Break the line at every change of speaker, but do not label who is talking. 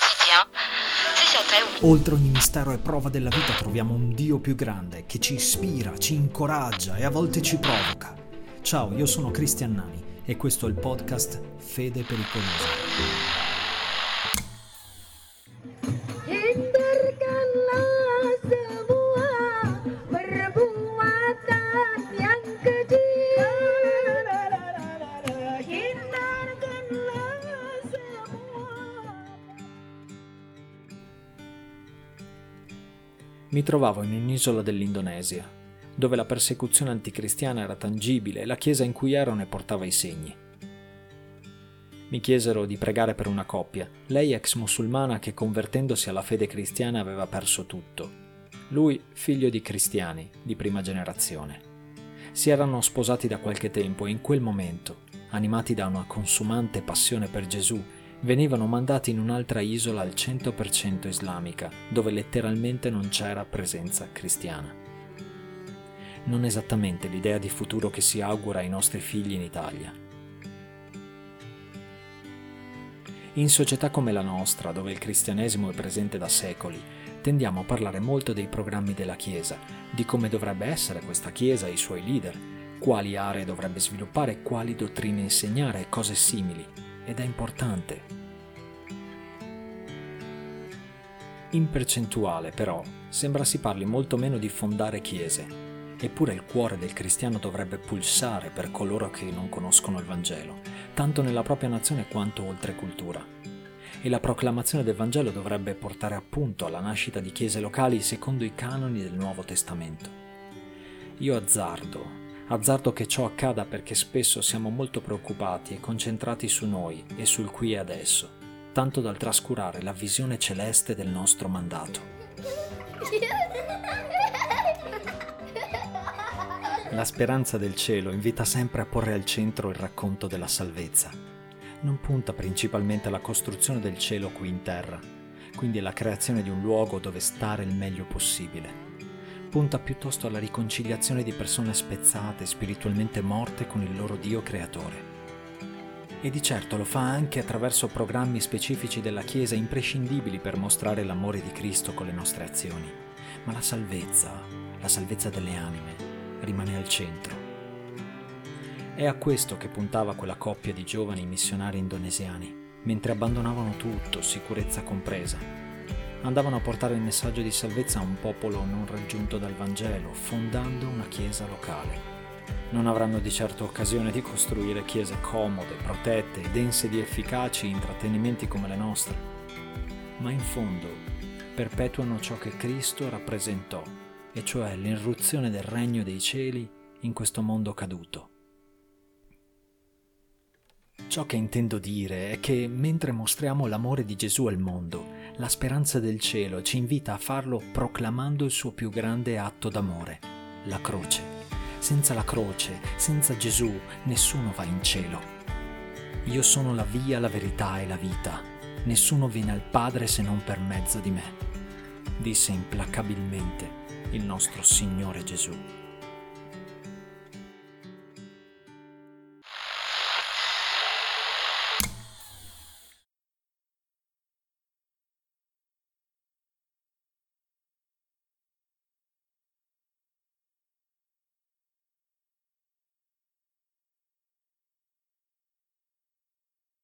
Oltre ogni mistero e prova della vita troviamo un Dio più grande che ci ispira, ci incoraggia e a volte ci provoca. Ciao, io sono Cristian Nani e questo è il podcast Fede Pericolosa. Mi trovavo in un'isola dell'Indonesia, dove la persecuzione anticristiana era tangibile e la chiesa in cui ero ne portava i segni. Mi chiesero di pregare per una coppia, lei ex musulmana che convertendosi alla fede cristiana aveva perso tutto. Lui figlio di cristiani di prima generazione. Si erano sposati da qualche tempo e in quel momento, animati da una consumante passione per Gesù, venivano mandati in un'altra isola al 100% islamica, dove letteralmente non c'era presenza cristiana. Non esattamente l'idea di futuro che si augura ai nostri figli in Italia. In società come la nostra, dove il cristianesimo è presente da secoli, tendiamo a parlare molto dei programmi della Chiesa, di come dovrebbe essere questa Chiesa e i suoi leader, quali aree dovrebbe sviluppare, quali dottrine insegnare e cose simili. Ed è importante. In percentuale, però, sembra si parli molto meno di fondare chiese, eppure il cuore del cristiano dovrebbe pulsare per coloro che non conoscono il Vangelo, tanto nella propria nazione quanto oltre cultura. E la proclamazione del Vangelo dovrebbe portare appunto alla nascita di chiese locali secondo i canoni del Nuovo Testamento. Io azzardo che ciò accada perché spesso siamo molto preoccupati e concentrati su noi e sul qui e adesso, tanto dal trascurare la visione celeste del nostro mandato. La speranza del cielo invita sempre a porre al centro il racconto della salvezza. Non punta principalmente alla costruzione del cielo qui in terra, quindi alla creazione di un luogo dove stare il meglio possibile. Punta piuttosto alla riconciliazione di persone spezzate, spiritualmente morte con il loro Dio creatore. E di certo lo fa anche attraverso programmi specifici della Chiesa imprescindibili per mostrare l'amore di Cristo con le nostre azioni. Ma la salvezza delle anime, rimane al centro. È a questo che puntava quella coppia di giovani missionari indonesiani, mentre abbandonavano tutto, sicurezza compresa. Andavano a portare il messaggio di salvezza a un popolo non raggiunto dal Vangelo, fondando una chiesa locale. Non avranno di certo occasione di costruire chiese comode, protette e dense di efficaci intrattenimenti come le nostre, ma in fondo perpetuano ciò che Cristo rappresentò, e cioè l'irruzione del regno dei cieli in questo mondo caduto. Ciò che intendo dire è che mentre mostriamo l'amore di Gesù al mondo, la speranza del cielo ci invita a farlo proclamando il suo più grande atto d'amore, la croce. Senza la croce, senza Gesù, nessuno va in cielo. Io sono la via, la verità e la vita. Nessuno viene al Padre se non per mezzo di me, disse implacabilmente il nostro Signore Gesù.